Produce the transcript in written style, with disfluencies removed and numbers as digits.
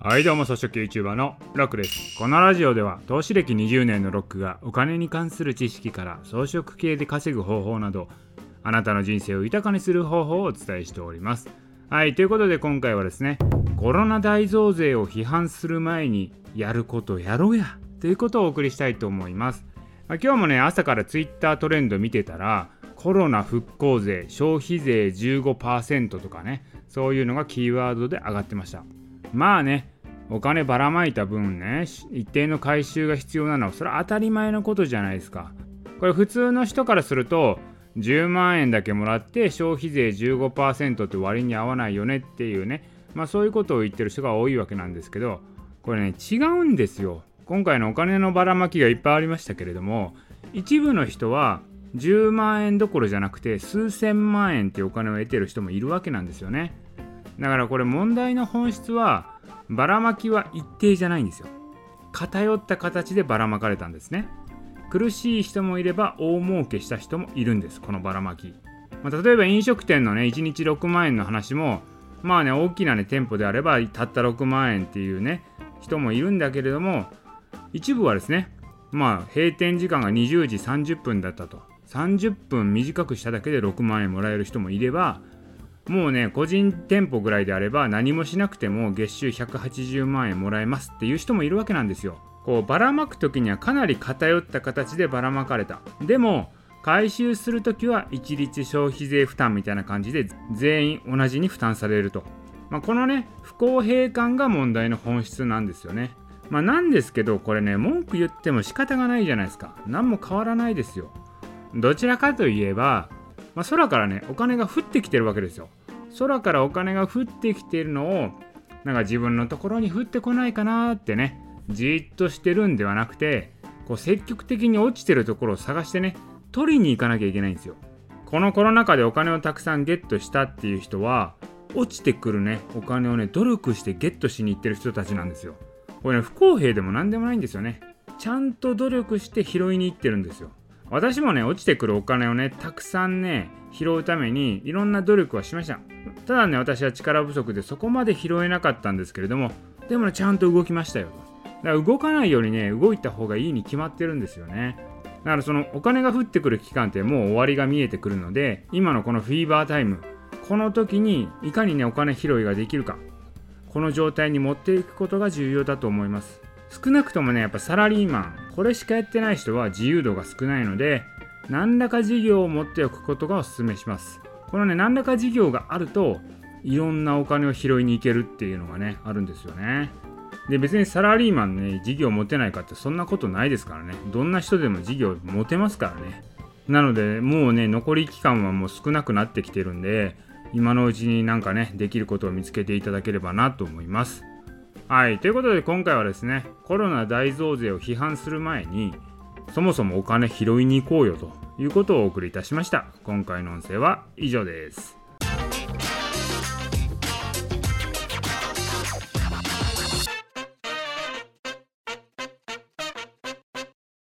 はいどうも、草食 YouTuber のロックです。このラジオでは投資歴20年のロックがお金に関する知識から草食系で稼ぐ方法など、あなたの人生を豊かにする方法をお伝えしております。はい、ということで今回はですね、コロナ大増税を批判する前にやることやろうやということをお送りしたいと思います。今日もね、朝から Twitter トレンド見てたら、コロナ復興税、消費税 15% とかね、そういうのがキーワードで上がってました。まあね、お金ばらまいた分ね、一定の回収が必要なのはそれは当たり前のことじゃないですか。これ普通の人からすると10万円だけもらって消費税 15% って割に合わないよねっていうね、そういうことを言ってる人が多いわけなんですけど、これね違うんですよ。今回のお金のばらまきがいっぱいありましたけれども、一部の人は10万円どころじゃなくて数千万円っていうお金を得てる人もいるわけなんですよね。だからこれ問題の本質はばらまきは一定じゃないんですよ。偏った形でばらまかれたんですね。苦しい人もいれば大儲けした人もいるんです、このばらまき。例えば飲食店のね1日6万円の話も、大きなね店舗であればたった6万円っていうね人もいるんだけれども、一部はですね、閉店時間が20時30分だったと、30分短くしただけで6万円もらえる人もいれば、もうね個人店舗ぐらいであれば何もしなくても月収180万円もらえますっていう人もいるわけなんですよ。こうばらまく時にはかなり偏った形でばらまかれた。でも回収する時は一律消費税負担みたいな感じで全員同じに負担されると、このね不公平感が問題の本質なんですよね。なんですけどこれね文句言っても仕方がないじゃないですか。何も変わらないですよ。どちらかといえば空からねお金が降ってきてるわけですよ。空からお金が降ってきているのを自分のところに降ってこないかなってねじっとしてるんではなくて、こう積極的に落ちてるところを探してね取りに行かなきゃいけないんですよ。このコロナ禍でお金をたくさんゲットしたっていう人は落ちてくるねお金をね努力してゲットしに行ってる人たちなんですよ。これね不公平でも何でもないんですよね。ちゃんと努力して拾いに行ってるんですよ。私もね落ちてくるお金をねたくさんね拾うためにいろんな努力はしました。ただね私は力不足でそこまで拾えなかったんですけれども、でもねちゃんと動きましたよと。だから動かないよりね動いた方がいいに決まってるんですよね。だからそのお金が降ってくる期間ってもう終わりが見えてくるので、今のこのフィーバータイム、この時にいかにねお金拾いができるか、この状態に持っていくことが重要だと思います。少なくともねやっぱサラリーマンこれしかやってない人は自由度が少ないので、何らか事業を持っておくことがお勧めします。このね何らか事業があるといろんなお金を拾いに行けるっていうのがねあるんですよね。で別にサラリーマンね事業持てないかってそんなことないですからね。どんな人でも事業持てますからね。なのでもうね残り期間はもう少なくなってきてるんで、今のうちにできることを見つけていただければなと思います。はい、ということで今回はですね、コロナ大増税を批判する前にそもそもお金拾いに行こうよということをお送りいたしました。今回の音声は以上です。